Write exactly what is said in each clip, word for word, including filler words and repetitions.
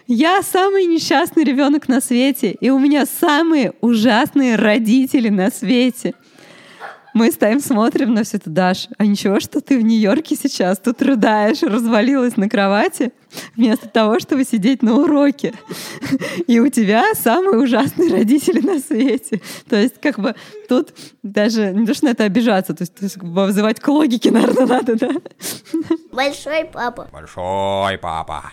Я самый несчастный ребенок на свете, и у меня самые ужасные родители на свете. Мы стоим, смотрим на все это. Даш, а ничего, что ты в Нью-Йорке сейчас тут рыдаешь, развалилась на кровати, вместо того, чтобы сидеть на уроке. И у тебя самые ужасные родители на свете. То есть, как бы, тут даже не то, что на это обижаться, то есть, то есть вызывать к логике, наверное, надо, да? Большой папа. Большой папа.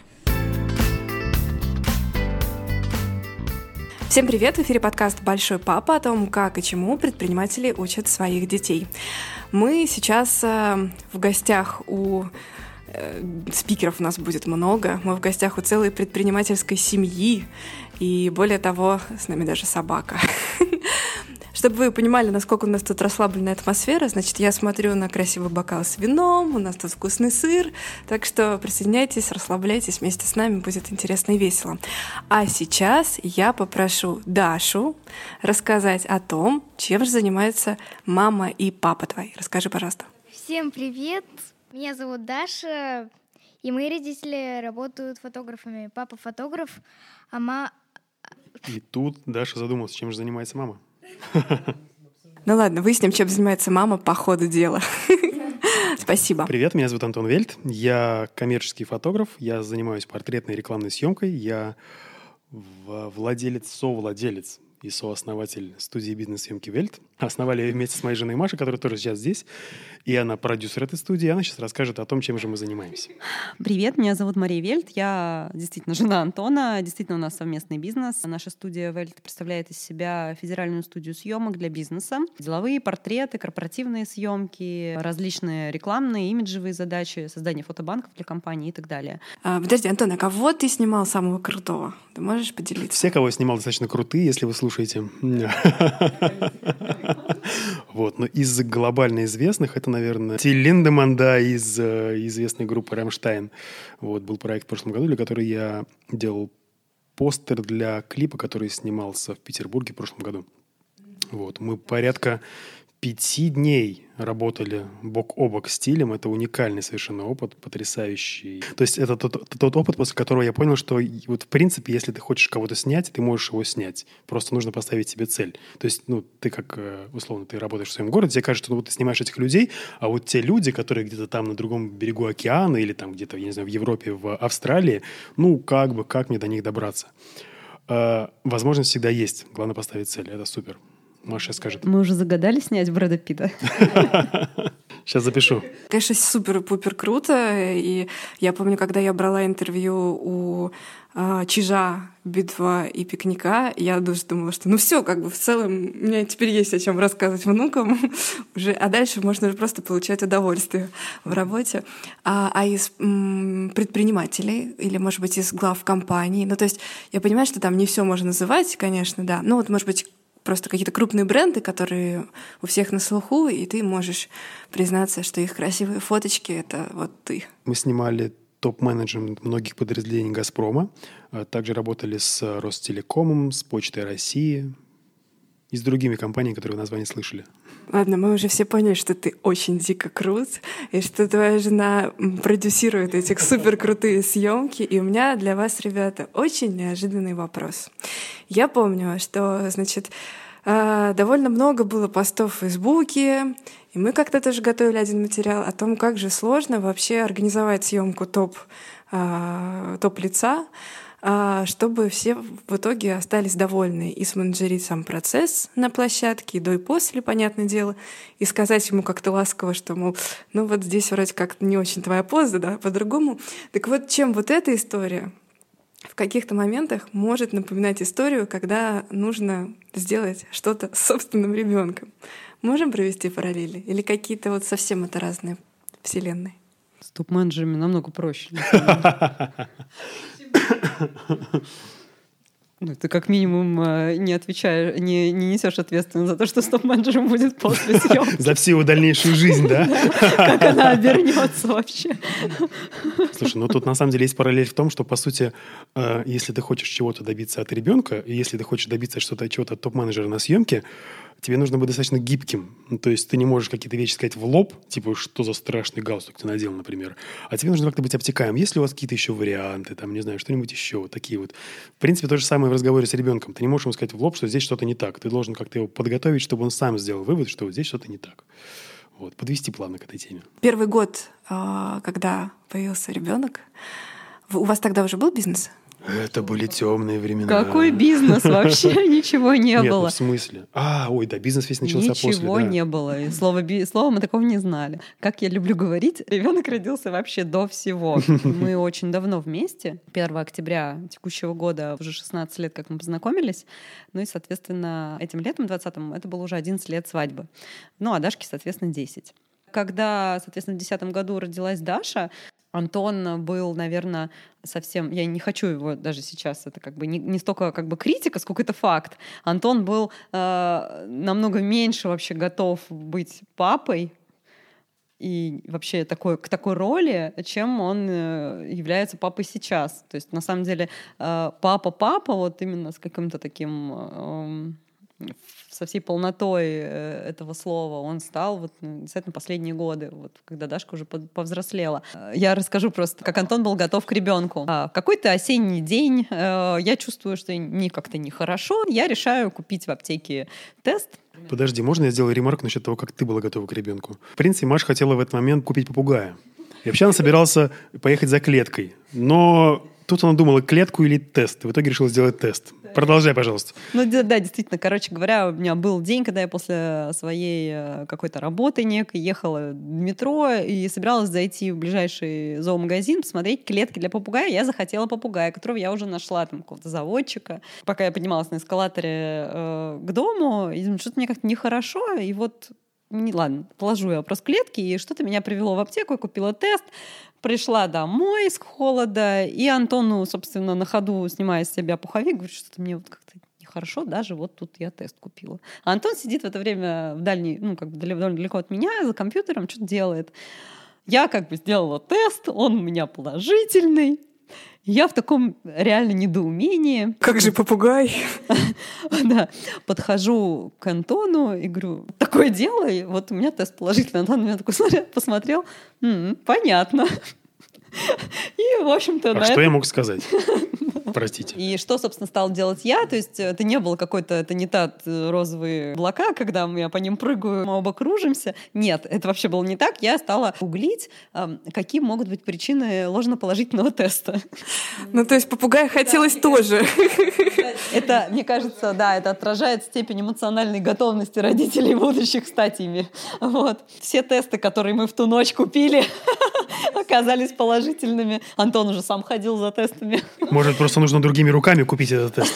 Всем привет! В эфире подкаст «Большой папа» о том, как и чему предприниматели учат своих детей. Мы сейчас э, в гостях у... Э, спикеров у нас будет много. Мы в гостях у целой предпринимательской семьи. И более того, с нами даже собака. Чтобы вы понимали, насколько у нас тут расслабленная атмосфера, значит, я смотрю на красивый бокал с вином, у нас тут вкусный сыр, так что присоединяйтесь, расслабляйтесь вместе с нами, будет интересно и весело. А сейчас я попрошу Дашу рассказать о том, чем же занимаются мама и папа твои. Расскажи, пожалуйста. Всем привет! Меня зовут Даша, и мои родители работают фотографами. Папа фотограф, а мама... И тут Даша задумалась, чем же занимается мама. Ну ладно, выясним, чем занимается мама по ходу дела. Спасибо. Привет, меня зовут Антон Вельт. Я коммерческий фотограф. Я занимаюсь портретной и рекламной съемкой. Я владелец, совладелец и сооснователь студии бизнес-съемки «Вельт». Основали ее вместе с моей женой Машей, которая тоже сейчас здесь. И она продюсер этой студии. Она сейчас расскажет о том, чем же мы занимаемся. Привет, меня зовут Мария Вельт. Я действительно жена Антона. Действительно, у нас совместный бизнес. Наша студия «Вельт» представляет из себя федеральную студию съемок для бизнеса. Деловые портреты, корпоративные съемки, различные рекламные, имиджевые задачи, создание фотобанков для компаний и так далее. А, подожди, Антон, а кого ты снимал самого крутого? Ты можешь поделиться? Все, кого я снимал, достаточно крутые, если вы слушаете. Вот, но из глобально известных это, наверное, Тиль Линдеманн, да, из э, известной группы «Рамштайн». Вот, был проект в прошлом году, для которого я делал постер для клипа, который снимался в Петербурге в прошлом году. Вот, мы порядка пяти дней работали бок о бок с Тилем. Это уникальный совершенно опыт, потрясающий. То есть это тот, тот опыт, после которого я понял, что вот в принципе, если ты хочешь кого-то снять, ты можешь его снять. Просто нужно поставить себе цель. То есть, ну, ты как, условно, ты работаешь в своем городе, тебе кажется, что ну, вот ты снимаешь этих людей, а вот те люди, которые где-то там на другом берегу океана или там где-то, я не знаю, в Европе, в Австралии, ну, как бы, как мне до них добраться? Э, возможность всегда есть. Главное поставить цель. Это супер. Маша скажет. Мы уже загадали снять Брэда Питта. Сейчас запишу. Конечно, супер-пупер круто. И я помню, когда я брала интервью у э, Чижа, Би-два и Пикника, я даже думала, что ну все, как бы в целом у меня теперь есть о чем рассказывать внукам уже, а дальше можно уже просто получать удовольствие в работе. А, а из м, предпринимателей или, может быть, из глав компаний, ну то есть я понимаю, что там не все можно называть, конечно, да, ну вот, может быть, просто какие-то крупные бренды, которые у всех на слуху, и ты можешь признаться, что их красивые фоточки — это вот ты. Мы снимали топ-менеджмент многих подразделений «Газпрома». Также работали с Ростелекомом, с Почтой России и с другими компаниями, которые вы название слышали. Ладно, мы уже все поняли, что ты очень дико крут, и что твоя жена продюсирует эти суперкрутые съемки. И у меня для вас, ребята, очень неожиданный вопрос. Я помню, что, значит, довольно много было постов в Фейсбуке, и мы как-то тоже готовили один материал о том, как же сложно вообще организовать съемку топ, топ-лица, чтобы все в итоге остались довольны и сменеджерить сам процесс на площадке, и до, и после, понятное дело, и сказать ему как-то ласково, что, мол, ну вот здесь вроде как не очень твоя поза, да, по-другому. Так вот, чем вот эта история в каких-то моментах может напоминать историю, когда нужно сделать что-то с собственным ребенком? Можем провести параллели? Или какие-то вот совсем это разные вселенные? С топ-менеджерами намного проще. Ну, ты как минимум не отвечаешь, не, не несешь ответственность за то, что с топ-менеджером будет после съемки. За всю его дальнейшую жизнь, да? Как она обернется вообще. Слушай, ну тут на самом деле есть параллель в том, что, по сути, если ты хочешь чего-то добиться от ребенка, и если ты хочешь добиться что-то, чего-то от топ-менеджера на съемке, тебе нужно быть достаточно гибким. Ну, то есть ты не можешь какие-то вещи сказать в лоб, типа, что за страшный галстук ты надел, например. А тебе нужно как-то быть обтекаемым. Есть ли у вас какие-то еще варианты, там, не знаю, что-нибудь еще, вот такие вот. В принципе, то же самое в разговоре с ребенком. Ты не можешь ему сказать в лоб, что здесь что-то не так. Ты должен как-то его подготовить, чтобы он сам сделал вывод, что вот здесь что-то не так. Вот, подвести плавно к этой теме. Первый год, когда появился ребенок, у вас тогда уже был бизнес? Это были темные времена. Какой бизнес? Вообще ничего не Нет, было. ну в смысле? А, ой, да, бизнес весь начался Ничего после. Ничего не было. И слово, би... слова мы такого не знали. Как я люблю говорить, ребенок родился вообще до всего. Мы очень давно вместе. первого октября текущего года, уже шестнадцать лет, как мы познакомились. Ну и, соответственно, этим летом, двадцатым, это было уже одиннадцать лет свадьбы. Ну, а Дашке, соответственно, десять. Когда, соответственно, в десятом году родилась Даша, Антон был, наверное, совсем... Я не хочу его даже сейчас... Это как бы не, не столько как бы критика, сколько это факт. Антон был э, намного меньше вообще готов быть папой и вообще такой, к такой роли, чем он э, является папой сейчас. То есть, на самом деле, э, папа-папа вот именно с каким-то таким... Э, со всей полнотой этого слова он стал вот, действительно, последние годы, вот, когда Дашка уже повзрослела. Я расскажу просто, как Антон был готов к ребенку. В какой-то осенний день я чувствую, что мне как-то нехорошо. Я решаю купить в аптеке тест. Подожди, можно я сделаю ремарку насчет того, как ты была готова к ребенку? В принципе, Маша хотела в этот момент купить попугая. И вообще она собирался поехать за клеткой. Но тут она думала, клетку или тест. В итоге решила сделать тест. Продолжай, пожалуйста. Ну да, да, действительно, короче говоря, у меня был день, когда я после своей какой-то работы некой ехала в метро и собиралась зайти в ближайший зоомагазин, посмотреть клетки для попугая. Я захотела попугая, которого я уже нашла, там, какого-то заводчика. Пока я поднималась на эскалаторе э, к дому, и думаю, что-то мне как-то нехорошо, и вот не, ладно, положу я вопрос клетки, и что-то меня привело в аптеку, я купила тест, пришла домой с холода, и Антону, собственно, на ходу, снимая с себя пуховик, говорит, что-то мне вот как-то нехорошо, даже вот тут я тест купила. А Антон сидит в это время в дальней, ну, как бы довольно далеко от меня, за компьютером, что-то делает. Я как бы сделала тест, он у меня положительный. Я в таком реально недоумении. Как же попугай? Да. Подхожу к Антону и говорю, такое дело, и вот у меня тест положительный. Антон на меня такой посмотрел, м-м, понятно. И, в общем-то, а на что это... я мог сказать? Простите. И что, собственно, стала делать я? То есть это не было какой-то, это не та розовые облака, когда я по ним прыгаю, мы оба кружимся. Нет, это вообще было не так. Я стала гуглить, какие могут быть причины ложноположительного теста. Ну, то есть попугая хотелось тоже. Это, мне кажется, да, это отражает степень эмоциональной готовности родителей будущих стать ими. Вот. Все тесты, которые мы в ту ночь купили, оказались положительными. Антон уже сам ходил за тестами. Может, просто нужно другими руками купить этот тест?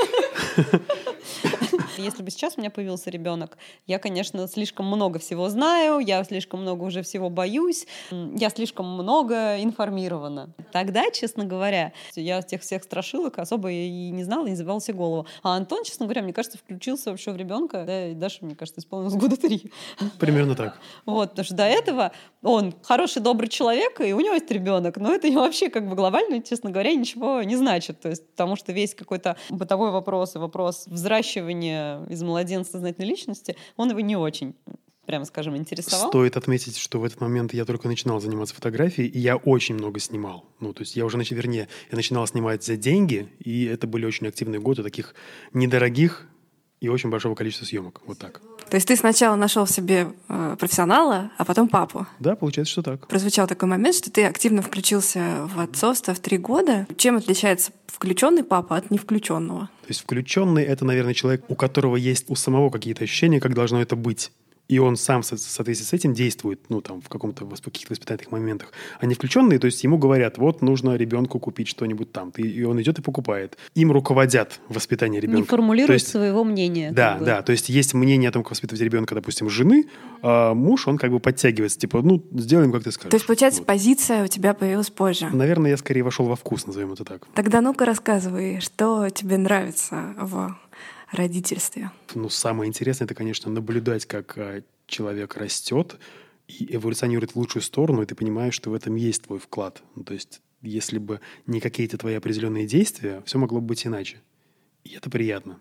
Если бы сейчас у меня появился ребенок, я, конечно, слишком много всего знаю, я слишком много уже всего боюсь, я слишком много информирована. Тогда, честно говоря, я тех всех страшилок особо и не знала, и не забивала себе голову. А Антон, честно говоря, мне кажется, включился вообще в ребенка, да, и Даша, мне кажется, исполнилось года три. Примерно так. Вот, потому что до этого он хороший, добрый человек, и у него есть ребенок, но это вообще как бы глобально, честно говоря, ничего не значит. То есть, потому что весь какой-то бытовой вопрос и вопрос взращивания из младенца сознательной личности, он его не очень, прямо скажем, интересовал. Стоит отметить, что в этот момент я только начинал заниматься фотографией, и я очень много снимал. Ну, то есть я уже, начал, вернее, я начинал снимать за деньги, и это были очень активные годы таких недорогих и очень большого количества съемок. Вот так. То есть ты сначала нашел в себе э, профессионала, а потом папу? Да, получается, что так. Прозвучал такой момент, что ты активно включился в отцовство в три года. Чем отличается включенный папа от невключенного? То есть включенный — это, наверное, человек, у которого есть у самого какие-то ощущения, как должно это быть. И он сам в соответствии с этим действует, ну, там, в каком-то в каких-то воспитательных моментах. А не включенные, то есть ему говорят, вот, нужно ребенку купить что-нибудь там. И он идет и покупает. Им руководят воспитание ребенка. Не формулирует есть, своего мнения. Да, как бы. да. То есть есть мнение о том, как воспитывать ребенка, допустим, жены, а муж, он как бы подтягивается. Типа, ну, сделаем, как ты скажешь. То есть, получается, вот. Позиция у тебя появилась позже. Наверное, я скорее вошел во вкус, назовем это так. Тогда ну-ка рассказывай, что тебе нравится в родительстве? Ну, самое интересное — это, конечно, наблюдать, как а, человек растет и эволюционирует в лучшую сторону, и ты понимаешь, что в этом есть твой вклад. Ну, то есть, если бы не какие-то твои определенные действия, все могло бы быть иначе. И это приятно.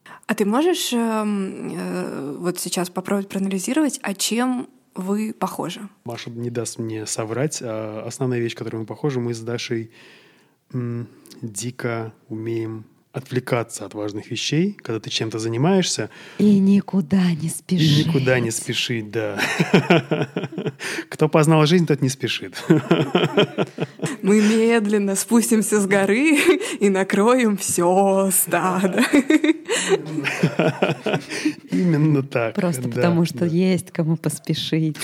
А ты можешь э, э, вот сейчас попробовать проанализировать, а чем вы похожи? Маша не даст мне соврать. А основная вещь, которой мы похожи, мы с Дашей м, дико умеем отвлекаться от важных вещей, когда ты чем-то занимаешься. И никуда не спешить. И никуда не спешить, да. Кто познал жизнь, тот не спешит. Мы медленно спустимся с горы и накроем все стадо. Именно так. Просто да, потому, что да. есть кому поспешить.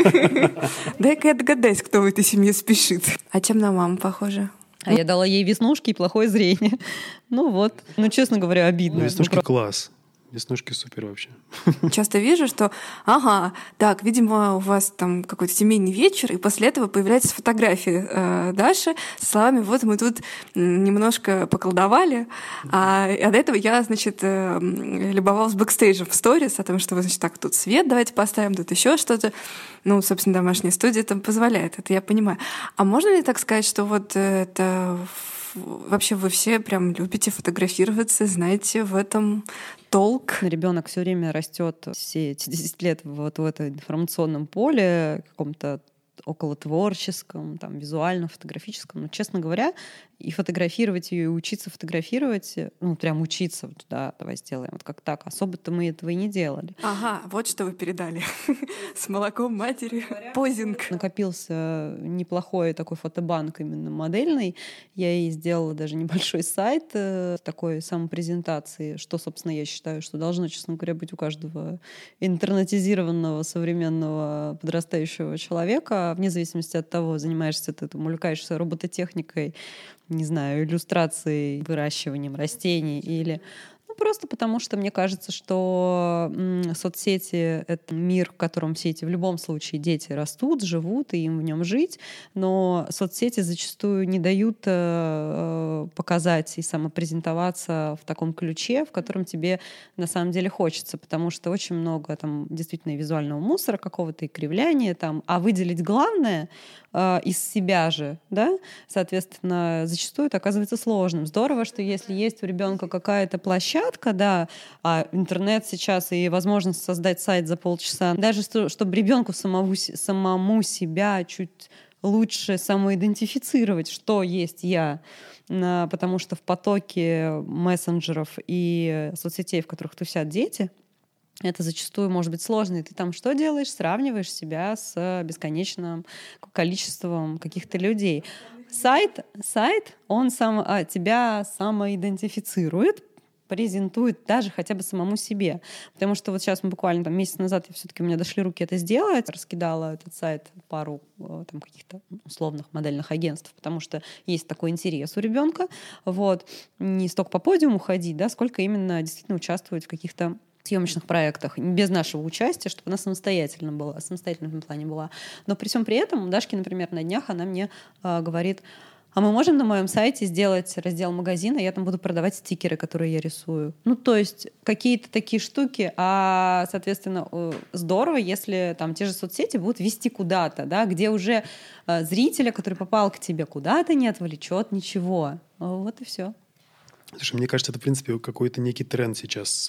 Дай-ка я догадаюсь, кто в этой семье спешит. А чем на маму похожа? А я дала ей веснушки и плохое зрение. Ну вот. Ну, честно говоря, обидно. Ну, веснушки Ну, класс. Веснушки супер вообще. Часто вижу, что, ага, так, видимо, у вас там какой-то семейный вечер, и после этого появляется фотография э, Даши со словами: вот мы тут немножко поколдовали, а, а до этого я, значит, э, любовалась бэкстейджем в сторис о том, что, значит, так, тут свет давайте поставим, тут еще что-то. Ну, собственно, домашняя студия там позволяет, это я понимаю. А можно ли так сказать, что вот это... Вообще вы все прям любите фотографироваться, знаете в этом толк? Ребенок все время растет все эти десять лет вот в этом информационном поле, каком-то около творческом, там, визуальном, фотографическом. Но, честно говоря, и фотографировать ее, и учиться фотографировать, ну, прям учиться, вот, да, давай сделаем вот как так. Особо-то мы этого и не делали. Ага, вот что вы передали. С молоком матери. Позинг. Накопился неплохой такой фотобанк именно модельный. Я ей сделала даже небольшой сайт э, такой самопрезентации, что, собственно, я считаю, что должно, честно говоря, быть у каждого интернетизированного современного подрастающего человека, вне зависимости от того, занимаешься ты, там, увлекаешься робототехникой, не знаю, иллюстрацией, выращиванием растений или... Ну, просто потому что мне кажется, что м, соцсети — это мир, в котором все эти в любом случае дети растут, живут, и им в нем жить, но соцсети зачастую не дают э, показать и самопрезентоваться в таком ключе, в котором тебе на самом деле хочется, потому что очень много там действительно визуального мусора какого-то и кривляния там, а выделить главное э, из себя же, да, соответственно, зачастую это оказывается сложным. Здорово, что если есть у ребенка какая-то площадка, да, а интернет сейчас и возможность создать сайт за полчаса, даже чтобы ребенку самому, самому себя чуть лучше самоидентифицировать, что есть я, потому что в потоке мессенджеров и соцсетей, в которых тусят дети, это зачастую может быть сложно. И ты там что делаешь? Сравниваешь себя с бесконечным количеством каких-то людей. Сайт, сайт он сам, тебя самоидентифицирует, презентует даже хотя бы самому себе. Потому что вот сейчас мы буквально там, месяц назад я все-таки у меня дошли руки это сделать, раскидала этот сайт пару там, каких-то условных модельных агентств, потому что есть такой интерес у ребенка. Вот. Не столько по подиуму ходить, да, сколько именно действительно участвовать в каких-то съемочных проектах, без нашего участия, чтобы она самостоятельно была, самостоятельно в этом плане была. Но при всем при этом у Дашки, например, на днях она мне э, говорит: а мы можем на моем сайте сделать раздел магазина, я там буду продавать стикеры, которые я рисую. Ну, то есть какие-то такие штуки, а, соответственно, здорово, если там те же соцсети будут вести куда-то, да, где уже зрителя, который попал к тебе куда-то, не отвлечет ничего. Вот и все. Слушай, мне кажется, это, в принципе, какой-то некий тренд сейчас.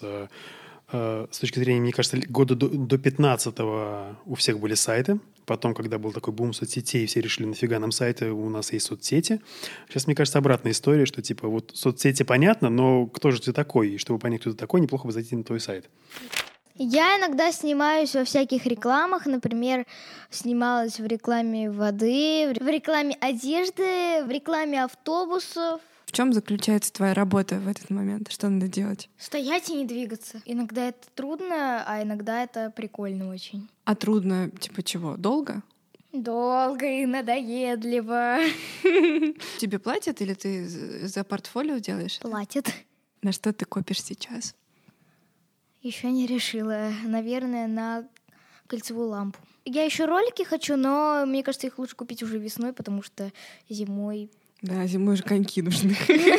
С точки зрения, мне кажется, года до, до пятнадцатого у всех были сайты. Потом, когда был такой бум соцсетей, все решили, нафига нам сайты, у нас есть соцсети. Сейчас, мне кажется, обратная история, что типа вот соцсети понятно, но кто же ты такой? И чтобы понять, кто ты такой, неплохо бы зайти на твой сайт. Я иногда снимаюсь во всяких рекламах. Например, снималась в рекламе воды, в рекламе одежды, в рекламе автобусов. В чем заключается твоя работа в этот момент? Что надо делать? Стоять и не двигаться. Иногда это трудно, а иногда это прикольно очень. А трудно, типа чего? Долго? Долго и надоедливо. Тебе платят или ты за портфолио делаешь? Платят. На что ты копишь сейчас? Еще не решила. Наверное, на кольцевую лампу. Я еще ролики хочу, но мне кажется, их лучше купить уже весной, потому что зимой... Да, зимой же коньки нужны.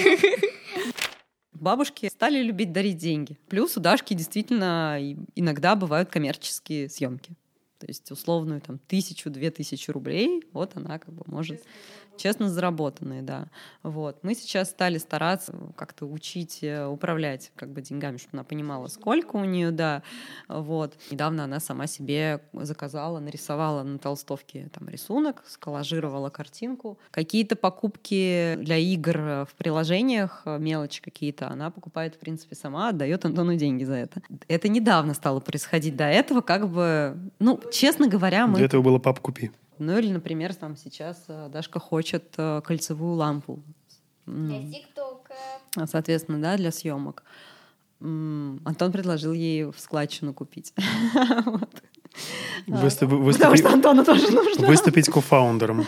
Бабушки стали любить дарить деньги. Плюс у Дашки действительно иногда бывают коммерческие съемки. То есть условную там тысячу-две тысячи рублей, вот она как бы может Честно заработанные, да. Вот. Мы сейчас стали стараться как-то учить управлять как бы деньгами, чтобы она понимала, сколько у нее, да. Вот. Недавно она сама себе заказала, нарисовала на толстовке там рисунок, сколлажировала картинку. Какие-то покупки для игр в приложениях, мелочи какие-то, она покупает, в принципе, сама, отдает Антону деньги за это. Это недавно стало происходить. До этого как бы, ну, честно говоря, мы... До этого было «пап, купи». Ну или, например, там сейчас Дашка хочет кольцевую лампу. Для ТикТока. Соответственно, да, для съемок. Антон предложил ей в складчину купить. Выступ... Потому Выступи... что Антону тоже нужно. Выступить кофаундером.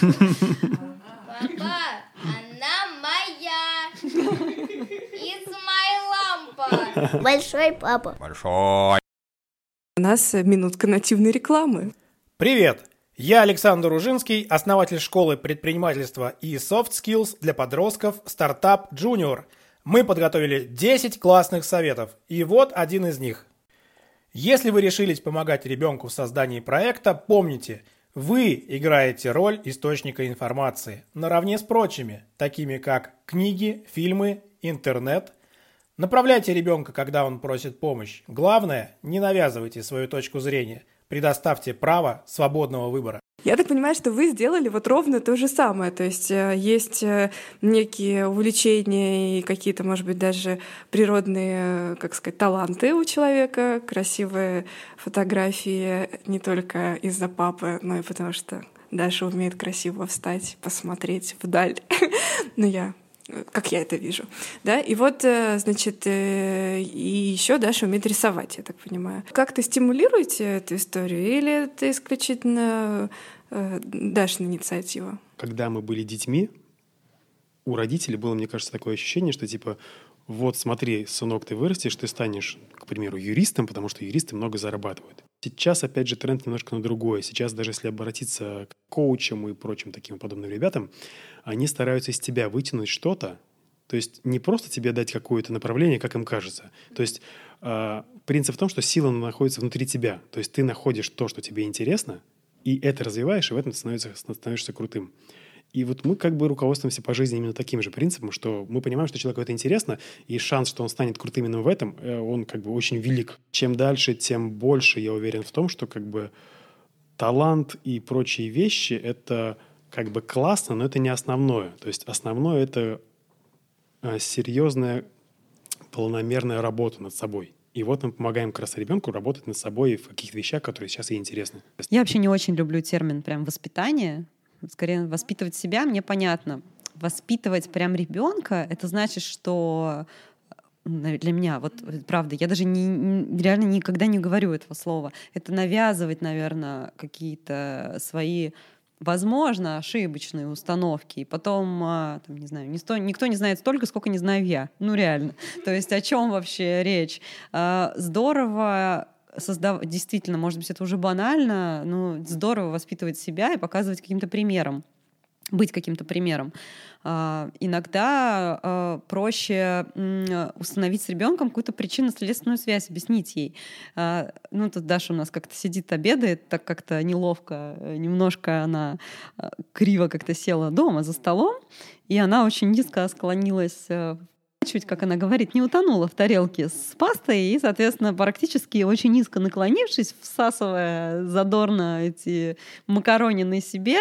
Папа, она моя. It's my лампа. Большой папа. Большой. У нас минутка нативной рекламы. Привет! Я Александр Ужинский, основатель школы предпринимательства и soft skills для подростков Startup Junior. Мы подготовили десять классных советов, и вот один из них. Если вы решились помогать ребенку в создании проекта, помните, вы играете роль источника информации наравне с прочими, такими как книги, фильмы, интернет. Направляйте ребенка, когда он просит помощь. Главное, не навязывайте свою точку зрения. Предоставьте право свободного выбора. Я так понимаю, что вы сделали вот ровно то же самое. То есть есть некие увлечения и какие-то, может быть, даже природные, как сказать, таланты у человека, красивые фотографии не только из-за папы, но и потому что Даша умеет красиво встать, посмотреть вдаль. Ну, я... как я это вижу, да, и вот, значит, и еще Даша умеет рисовать, я так понимаю. Как-то стимулируете эту историю, или это исключительно Дашина инициатива? Когда мы были детьми, у родителей было, мне кажется, такое ощущение, что типа, вот смотри, сынок, ты вырастешь, ты станешь, к примеру, юристом, потому что юристы много зарабатывают. Сейчас, опять же, тренд немножко на другое. Сейчас, даже если обратиться к коучам и прочим таким подобным ребятам, они стараются из тебя вытянуть что-то, то есть не просто тебе дать какое-то направление, как им кажется. То есть э, принцип в том, что сила находится внутри тебя. То есть ты находишь то, что тебе интересно, и это развиваешь, и в этом становишься, становишься крутым. И вот мы как бы руководствуемся по жизни именно таким же принципом, что мы понимаем, что человеку это интересно, и шанс, что он станет крутым именно в этом, он как бы очень велик. Чем дальше, тем больше я уверен в том, что как бы талант и прочие вещи — это как бы классно, но это не основное. То есть основное — это серьезная, планомерная работа над собой. И вот мы помогаем как раз ребенку работать над собой в каких-то вещах, которые сейчас ей интересны. Я вообще не очень люблю термин прям «воспитание». Скорее, воспитывать себя мне понятно. Воспитывать прям ребенка — это значит, что для меня, вот правда, я даже не, реально никогда не говорю этого слова. Это навязывать, наверное, какие-то свои, возможно, ошибочные установки. И потом, там, не знаю, никто, никто не знает столько, сколько не знаю я. Ну, реально. То есть о чем вообще речь? Здорово создав... Действительно, может быть, это уже банально, но здорово воспитывать себя и показывать каким-то примером, быть каким-то примером. А, иногда а, проще м, установить с ребенком какую-то причинно-следственную связь, объяснить ей. А, ну, тут Даша у нас как-то сидит, обедает, так как-то неловко, немножко она а, криво как-то села дома за столом, и она очень низко склонилась, чуть, как она говорит, не утонула в тарелке с пастой и, соответственно, практически очень низко наклонившись, всасывая задорно эти макаронины себе,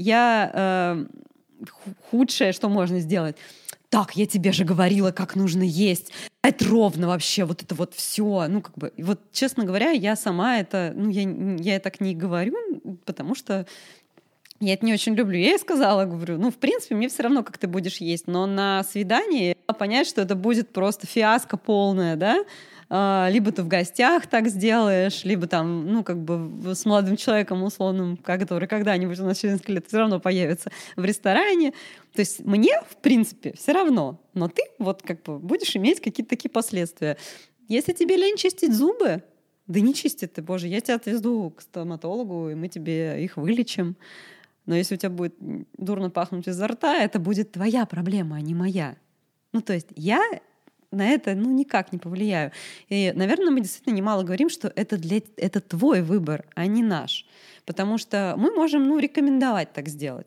я э, худшее, что можно сделать. Так, я тебе же говорила, как нужно есть. Это ровно вообще, вот это вот все. Ну, как бы, вот, честно говоря, я сама это, ну, я, я так не говорю, потому что я это не очень люблю. Я ей сказала, говорю, ну, в принципе, мне все равно, как ты будешь есть, но на свидании понять, что это будет просто фиаско полное, да? А, либо ты в гостях так сделаешь, либо там, ну, как бы с молодым человеком условным, который когда-нибудь у нас через несколько лет все равно появится в ресторане. То есть мне, в принципе, все равно, но ты вот как бы будешь иметь какие-то такие последствия. Если тебе лень чистить зубы, да не чисти ты, боже, я тебя отвезу к стоматологу, и мы тебе их вылечим. Но если у тебя будет дурно пахнуть изо рта, это будет твоя проблема, а не моя. Ну, то есть я на это, ну, никак не повлияю. И, наверное, мы действительно немало говорим, что это, для, это твой выбор, а не наш. Потому что мы можем, ну, рекомендовать так сделать.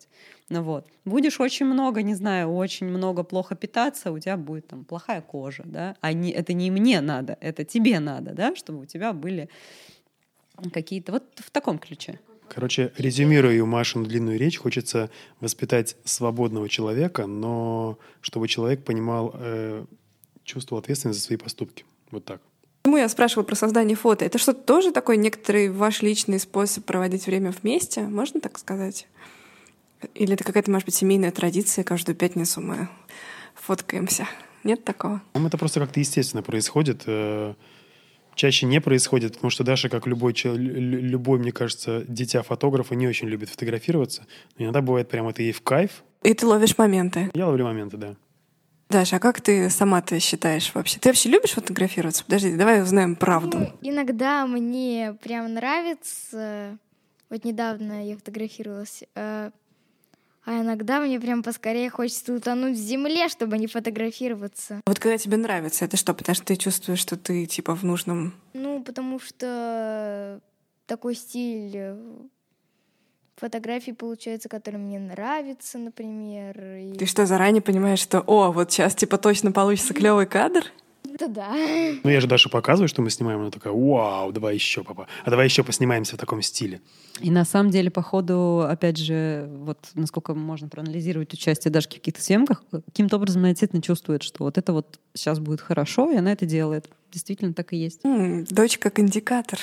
Ну вот. Будешь очень много, не знаю, очень много плохо питаться, у тебя будет там плохая кожа, да, а не, это не мне надо, это тебе надо, да, чтобы у тебя были какие-то вот в таком ключе. Короче, резюмируя Машину длинную речь, хочется воспитать свободного человека, но чтобы человек понимал, э, чувствовал ответственность за свои поступки. Вот так. Почему я спрашивала про создание фото? Это что-то тоже такой некоторый ваш личный способ проводить время вместе? Можно так сказать? Или это какая-то, может быть, семейная традиция? Каждую пятницу мы фоткаемся. Нет такого? Это просто как-то естественно происходит. Чаще не происходит, потому что Даша, как любой, любой, мне кажется, дитя фотографа, не очень любит фотографироваться. Но иногда бывает прям это ей в кайф. И ты ловишь моменты? Я ловлю моменты, да. Даша, а как ты сама-то считаешь вообще? Ты вообще любишь фотографироваться? Подожди, давай узнаем правду. Ну, иногда мне прям нравится. Вот недавно я фотографировалась. А иногда мне прям поскорее хочется утонуть в земле, чтобы не фотографироваться. Вот когда тебе нравится, это что? Потому что ты чувствуешь, что ты типа в нужном... Ну, потому что такой стиль фотографий получается, который мне нравится, например. И... Ты что, заранее понимаешь, что о, вот сейчас типа точно получится клевый кадр? Да, да. Ну, я же Даше показываю, что мы снимаем, она такая: вау, давай еще, папа. А давай еще поснимаемся в таком стиле. И на самом деле, по ходу, опять же, вот насколько можно проанализировать участие Дашки в каких-то съемках, каким-то образом она действительно чувствует, что вот это вот сейчас будет хорошо, и она это делает. Действительно так и есть. М-м, дочь как индикатор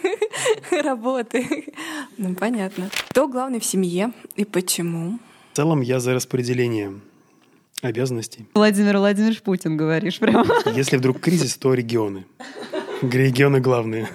работы. Ну, понятно. Кто главный в семье и почему? В целом я за распределение обязанностей. Владимир Владимирович Путин, говоришь прямо. Если вдруг кризис, то регионы. Регионы главные.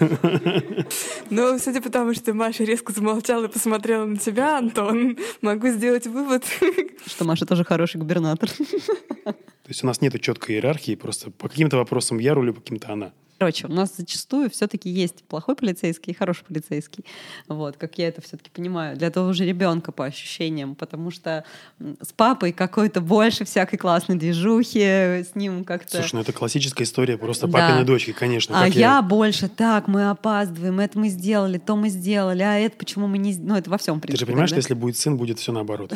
Ну, судя по тому, что Маша резко замолчала и посмотрела на тебя, Антон, могу сделать вывод. Что Маша тоже хороший губернатор. То есть у нас нет четкой иерархии, просто по каким-то вопросам я рулю, по каким-то она. Короче, у нас зачастую все-таки есть плохой полицейский и хороший полицейский. Вот, как я это все-таки понимаю. Для того же ребенка по ощущениям, потому что с папой какой-то больше всякой классной движухи, с ним как-то... Слушай, ну это классическая история просто Да. папиной дочки, конечно. А Как я... я больше, так, мы опаздываем, это мы сделали, то мы сделали, а это почему мы не... Ну, это во всем, в принципе. Ты же понимаешь, да? что если будет сын, будет все наоборот.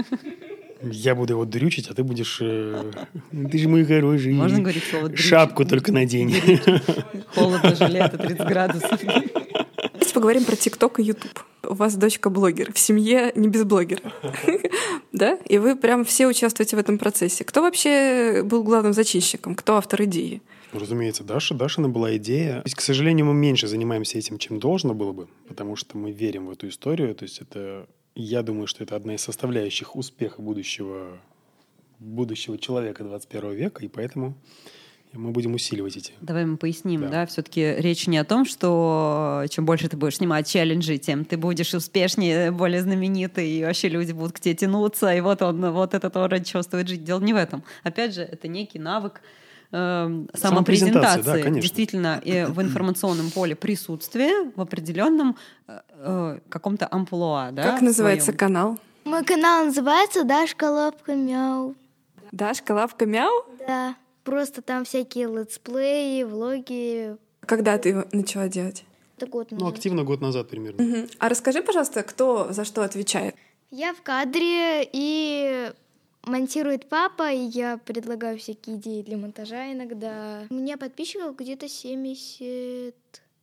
Я буду его дрючить, а ты будешь... Э, ты же мой хороший. Можно говорить слово дрючить? Шапку только надень. Холодно же, лето, тридцать градусов. Давайте поговорим про ТикТок и Ютуб. У вас дочка блогер. В семье не без блогера. Да? И вы прям все участвуете в этом процессе. Кто вообще был главным зачинщиком? Кто автор идеи? Разумеется, Даша. Дашина была идея. То есть, к сожалению, мы меньше занимаемся этим, чем должно было бы, потому что мы верим в эту историю. То есть это... Я думаю, что это одна из составляющих успеха будущего, будущего человека двадцать первого века, и поэтому мы будем усиливать эти. Давай мы поясним, Да. да, все-таки речь не о том, что чем больше ты будешь снимать челленджи, тем ты будешь успешнее, более знаменитый, и вообще люди будут к тебе тянуться, и вот он, вот это то, ради чего стоит жить. Дело не в этом. Опять же, это некий навык э, самопрезентации. Да, конечно. Действительно, и в информационном поле присутствие в определенном э, каком-то амплуа. Да, Как называется своем. канал? Мой канал называется «Дашка Лапка Мяу». Дашка Лапка Мяу? Да, просто там всякие летсплеи, влоги. Когда ты его начала делать? Это год Ну, назад. активно год назад примерно. Мгм. А расскажи, пожалуйста, кто за что отвечает? Я в кадре, и монтирует папа, и я предлагаю всякие идеи для монтажа иногда. У меня подписчиков где-то семьдесят.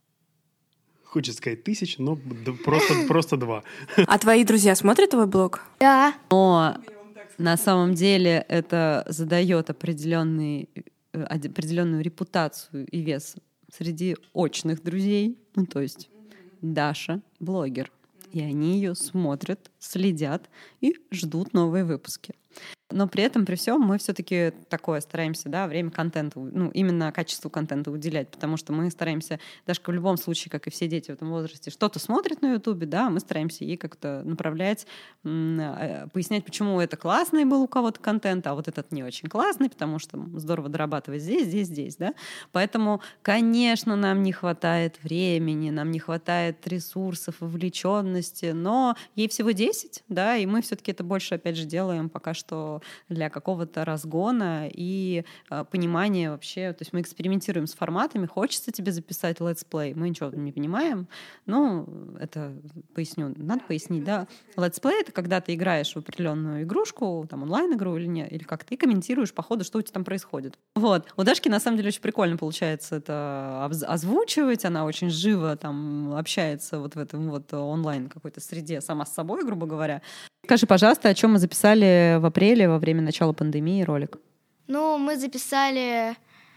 Хочется сказать тысяч, но д- просто, просто два. А твои друзья смотрят твой блог? Да. Но на самом деле это задает определенный, э, определенную репутацию и вес среди очных друзей. Ну, то есть Даша — блогер. И они ее смотрят, следят и ждут новые выпуски. Но при этом, при всем, мы все-таки такое стараемся, да, время контента, ну, именно качеству контента уделять, потому что мы стараемся, Дашка в любом случае, как и все дети в этом возрасте, что-то смотрит на Ютубе, да, мы стараемся ей как-то направлять, м- пояснять, почему это классный был у кого-то контент, а вот этот не очень классный, потому что здорово дорабатывать здесь, здесь, здесь, да. Поэтому, конечно, нам не хватает времени, нам не хватает ресурсов, вовлеченности, но ей всего десять, да, и мы все-таки это больше, опять же, делаем пока что для какого-то разгона и э, понимания вообще. То есть мы экспериментируем с форматами. Хочется тебе записать летсплей, мы ничего не понимаем. Ну, это поясню. Надо пояснить, да. Летсплей — это когда ты играешь в определенную игрушку, там онлайн-игру или нет, или как ты комментируешь по ходу, что у тебя там происходит. Вот. У Дашки на самом деле очень прикольно получается это озвучивать. Она очень живо там общается вот в этом вот онлайн какой-то среде сама с собой, грубо говоря. Скажи, пожалуйста, о чем мы записали в апреле во время начала пандемии ролик? Ну, мы записали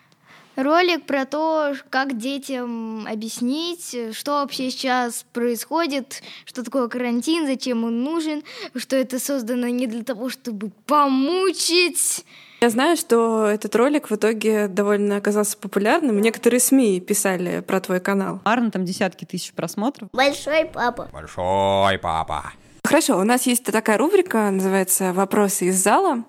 ролик про то, как детям объяснить, что вообще сейчас происходит, что такое карантин, зачем он нужен, что это создано не для того, чтобы помучить. Я знаю, что этот ролик в итоге довольно оказался популярным. Некоторые СМИ писали про твой канал. Арн, там десятки тысяч просмотров. Большой папа. Большой папа. Хорошо, у нас есть такая рубрика, называется «Вопросы из зала».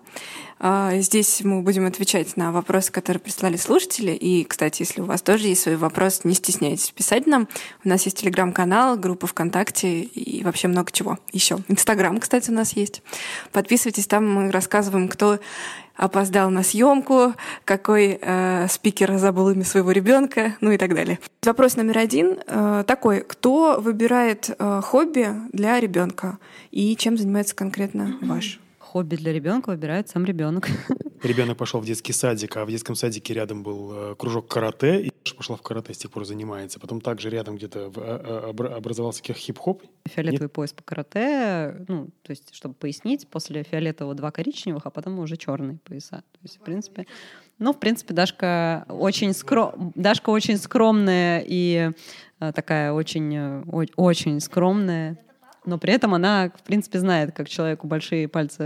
Здесь мы будем отвечать на вопросы, которые прислали слушатели. И, кстати, если у вас тоже есть свой вопрос, не стесняйтесь писать нам. У нас есть телеграм-канал, группа ВКонтакте и вообще много чего еще. Инстаграм, кстати, у нас есть. Подписывайтесь, там мы рассказываем, кто опоздал на съемку, какой э, спикер забыл имя своего ребенка, ну и так далее. Вопрос номер один э, такой: кто выбирает э, хобби для ребенка и чем занимается конкретно ваш? Хобби для ребенка выбирает сам ребенок. Ребенок пошел в детский садик, а в детском садике рядом был э, кружок карате, и пошла в карате, с тех пор занимается. Потом также рядом где-то в, э, обра- образовался хип-хоп. Фиолетовый Нет? пояс по карате, ну, то есть, чтобы пояснить, после фиолетового два коричневых, а потом уже черные пояса. То есть, в принципе, ну, в принципе, Дашка очень, скром... Дашка очень скромная и э, такая очень, э, очень скромная. Но при этом она, в принципе, знает, как человеку большие пальцы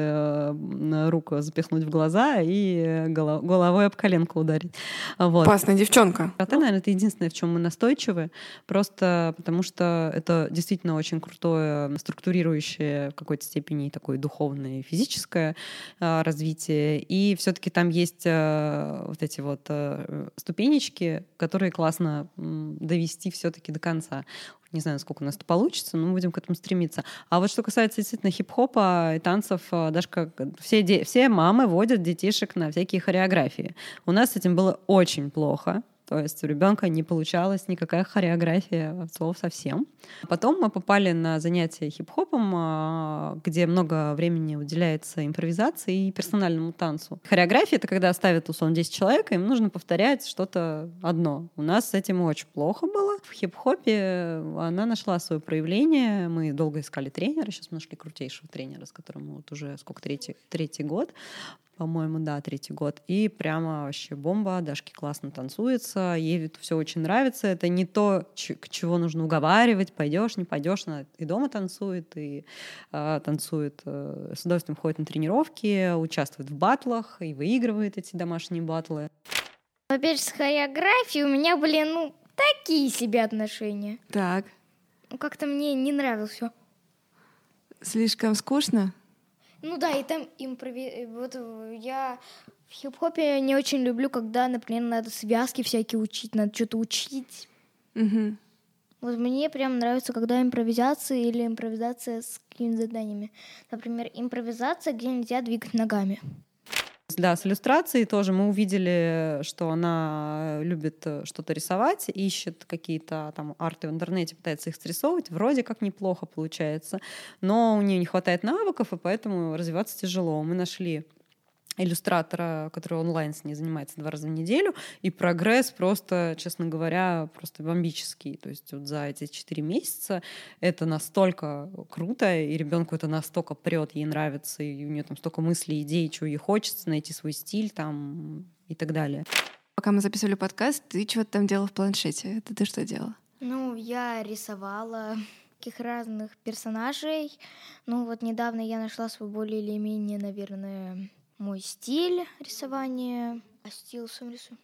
э, рук запихнуть в глаза и голов, головой об коленку ударить. Вот. Опасная девчонка. Карате, наверное, это единственное, в чем мы настойчивы, просто потому что это действительно очень крутое, структурирующее в какой-то степени такое духовное и физическое э, развитие. И все-таки там есть э, вот эти вот э, ступенечки, которые классно э, довести все-таки до конца. Не знаю, сколько у нас это получится, но мы будем к этому стремиться. А вот что касается действительно хип-хопа и танцев, Дашка, все, де- все мамы водят детишек на всякие хореографии. У нас с этим было очень плохо. То есть у ребенка не получалась никакая хореография от слова совсем. Потом мы попали на занятия хип-хопом, где много времени уделяется импровизации и персональному танцу. Хореография — это когда ставят, условно, десять человек, и им нужно повторять что-то одно. У нас с этим очень плохо было. В хип-хопе она нашла свое проявление. Мы долго искали тренера. Сейчас мы нашли крутейшего тренера, с которым мы вот уже сколько, третий, третий год. По-моему, да, третий год. И прямо вообще бомба. Дашке классно танцуется. Ей это все очень нравится. Это не то, ч- к чего нужно уговаривать. Пойдешь, не пойдешь. Она и дома танцует, и э, танцует. Э, с удовольствием ходит на тренировки, участвует в батлах и выигрывает эти домашние батлы. Опять же, с хореографией у меня были, ну, такие себе отношения. Так, Ну, как-то мне не нравилось все. слишком скучно? Ну да, и там импрови... Вот я в хип-хопе не очень люблю, когда, например, надо связки всякие учить, надо что-то учить. Угу. Вот мне прям нравится, когда импровизация или импровизация с какими-то заданиями. Например, импровизация, где нельзя двигать ногами. Да, с иллюстрацией тоже мы увидели, что она любит что-то рисовать, ищет какие-то там арты в интернете, пытается их срисовывать. Вроде как неплохо получается, но у нее не хватает навыков, и поэтому развиваться тяжело. Мы нашли иллюстратора, который онлайн с ней занимается два раза в неделю, и прогресс просто, честно говоря, просто бомбический. То есть вот за эти четыре месяца это настолько круто, и ребенку это настолько прет, ей нравится, и у нее там столько мыслей, идей, чего ей хочется, найти свой стиль там и так далее. Пока мы записывали подкаст, ты что-то там делала в планшете. Это ты что делала? Ну, я рисовала таких разных персонажей. Ну, вот недавно я нашла свой более или менее, наверное, мой стиль рисования. А стиль сам рисую.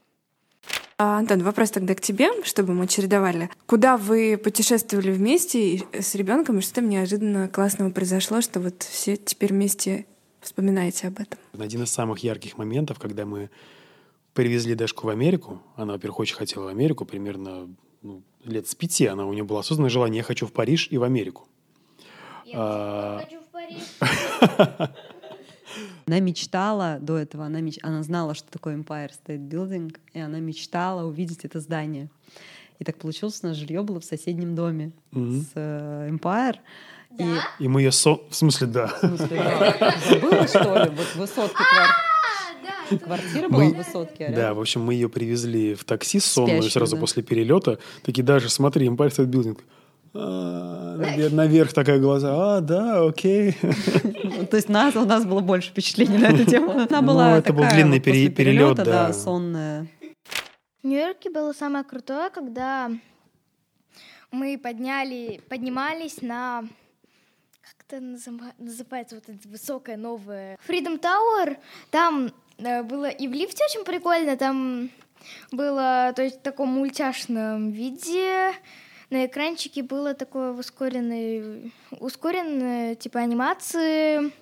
А, Антон, вопрос тогда к тебе, чтобы мы чередовали. Куда вы путешествовали вместе с ребенком, и что там неожиданно классного произошло, что вот все теперь вместе вспоминаете об этом? Один из самых ярких моментов, когда мы привезли Дашку в Америку. Она, во-первых, очень хотела в Америку, примерно ну, лет с пяти. Она, у нее было осознанное желание: я хочу в Париж и в Америку. Я а... хочу в Париж. Она мечтала до этого, она, меч... она знала, что такое Empire State Building, и она мечтала увидеть это здание. И так получилось, что у нас жилье было в соседнем доме Мгм. с э, Empire. И... И мы ее со... В смысле, да. В смысле, да. Забыла, что ли? Вот высотка квар- Квартира была Мы- в высотке, а Да, рядом- в общем, мы ее привезли в такси сонную Спящую, сразу да. после перелета. Такие, даже, смотри, Empire State Building. А, навер- Наверх такая глаза. А, да, окей. Ну, то есть нас, у нас было больше впечатлений на эту тему. Она Ну, была это был такая длинный вот после пере- перелет, перелета, да. сонная. В Нью-Йорке было самое крутое, когда мы подняли, поднимались на... Как это называ- называется? Вот это высокое новое... Freedom Tower. Там э, было и в лифте очень прикольно. Там было, то есть, в таком мультяшном виде. На экранчике было такое ускоренное, ускоренное типа анимации.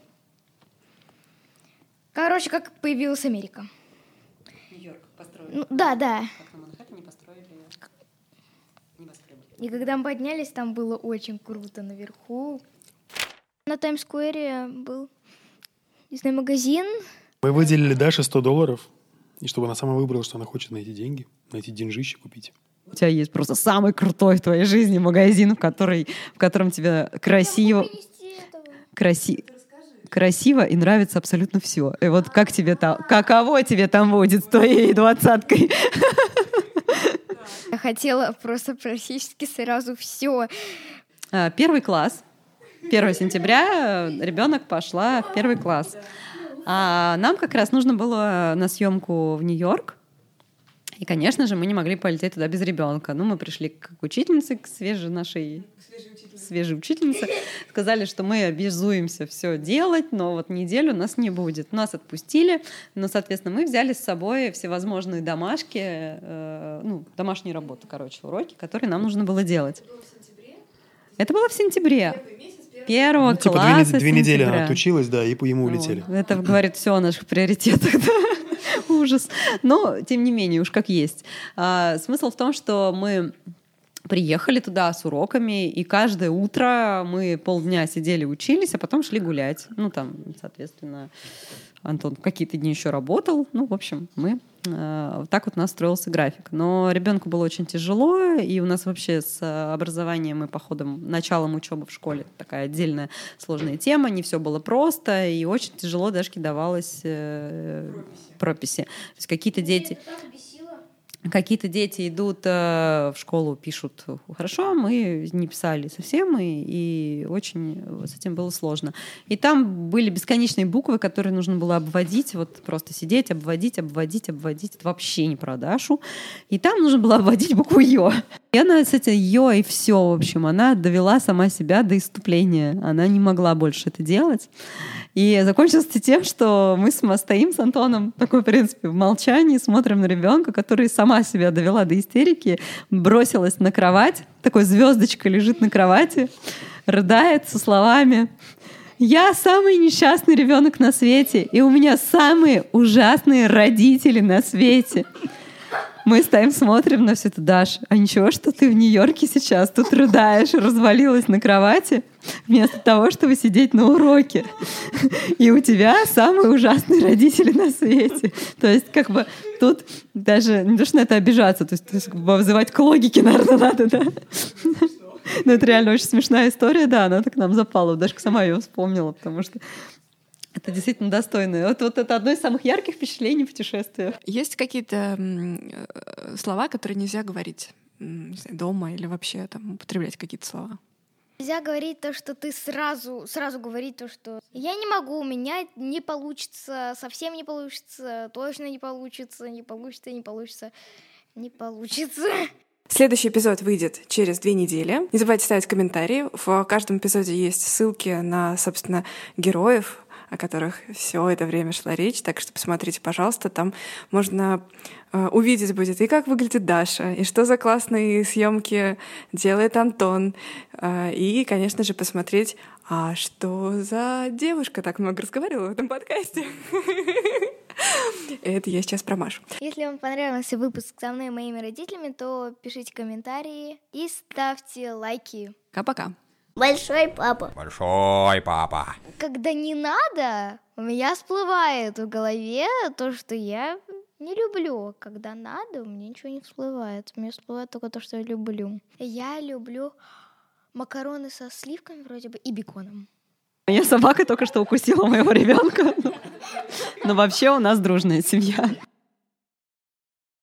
Короче, как появилась Америка. Нью-Йорк построили. Ну, да, да. Как на Манхэттене построили небоскребы. И когда мы поднялись, там было очень круто наверху. На Таймс-сквере был, не знаю, магазин. Мы выделили Даше сто долларов, и чтобы она сама выбрала, что она хочет на эти деньги, на эти деньжища купить. У тебя есть просто самый крутой в твоей жизни магазин, в, который, в котором тебе красиво, краси, красиво и нравится абсолютно все. И вот как тебе там, каково тебе там будет с твоей двадцаткой? Я хотела просто практически сразу все. А, Первый класс. первого сентября ребенок пошла в первый класс. А нам как раз нужно было на съемку в Нью-Йорк. И, конечно же, мы не могли полететь туда без ребенка. Ну, мы пришли к учительнице, к свежей нашей свежей учительнице, сказали, что мы обязуемся все делать, но вот неделю нас не будет. Нас отпустили, но, соответственно, мы взяли с собой всевозможные домашки, э, ну, домашние работы, короче, уроки, которые нам нужно было делать. Это было в сентябре. Первого Ну, типа две, класса нед- две недели сентября. она отучилась, да, и по ему Вот. улетели. Это говорит все о наших приоритетах. Да? Ужас. Но, тем не менее, уж как есть. А, смысл в том, что мы приехали туда с уроками, и каждое утро мы полдня сидели, учились, а потом шли гулять. Ну, там, соответственно, Антон какие-то дни еще работал. Ну, в общем, мы э, так вот у нас строился график. Но ребенку было очень тяжело, и у нас вообще с образованием и походом, началом учебы в школе такая отдельная сложная тема. Не все было просто, и очень тяжело Дашке давалось э, прописи. То есть какие-то дети... Какие-то дети идут э, в школу, пишут хорошо, мы не писали совсем, и, и очень с этим было сложно. И там были бесконечные буквы, которые нужно было обводить, вот просто сидеть, обводить, обводить, обводить. Это вообще не про Дашу. И там нужно было обводить букву «ё». И она с этим «ё» и все, в общем, она довела сама себя до исступления. Она не могла больше это делать. И закончилось это тем, что мы стоим с Антоном, такой, в принципе, в молчании, смотрим на ребенка, который сама себя довела до истерики, бросилась на кровать, такой звездочкой лежит на кровати, рыдает со словами: «Я самый несчастный ребенок на свете, и у меня самые ужасные родители на свете». Мы стоим, смотрим на все это. Даш, а ничего, что ты в Нью-Йорке сейчас тут рыдаешь, развалилась на кровати, вместо того, чтобы сидеть на уроке. И у тебя самые ужасные родители на свете. То есть, как бы, тут даже не то, что на это обижаться, то есть, то есть как бы, вызывать к логике, наверное, надо, да? Но это реально очень смешная история, да, она так к нам запала. Дашка сама ее вспомнила, потому что это действительно достойно. Вот, вот это одно из самых ярких впечатлений путешествия. Есть какие-то м, э, слова, которые нельзя говорить м, не знаю, дома или вообще там употреблять какие-то слова? Нельзя говорить то, что ты сразу, сразу говорить то, что я не могу, у меня не получится, совсем не получится, точно не получится, не получится, не получится, не получится. Следующий эпизод выйдет через две недели. Не забывайте ставить комментарии. В каждом эпизоде есть ссылки на, собственно, героев, о которых все это время шла речь. Так что посмотрите, пожалуйста, там можно э, увидеть будет и как выглядит Даша, и что за классные съемки делает Антон, э, и, конечно же, посмотреть, а что за девушка так много разговаривала в этом подкасте. Это я сейчас про Машу. Если вам понравился выпуск со мной и моими родителями, то пишите комментарии и ставьте лайки. Пока-пока. Большой папа. Большой папа. Когда не надо, у меня всплывает в голове то, что я не люблю. Когда надо, у меня ничего не всплывает. У меня всплывает только то, что я люблю. Я люблю макароны со сливками вроде бы и беконом. Моя собака только что укусила моего ребенка. Но вообще у нас дружная семья.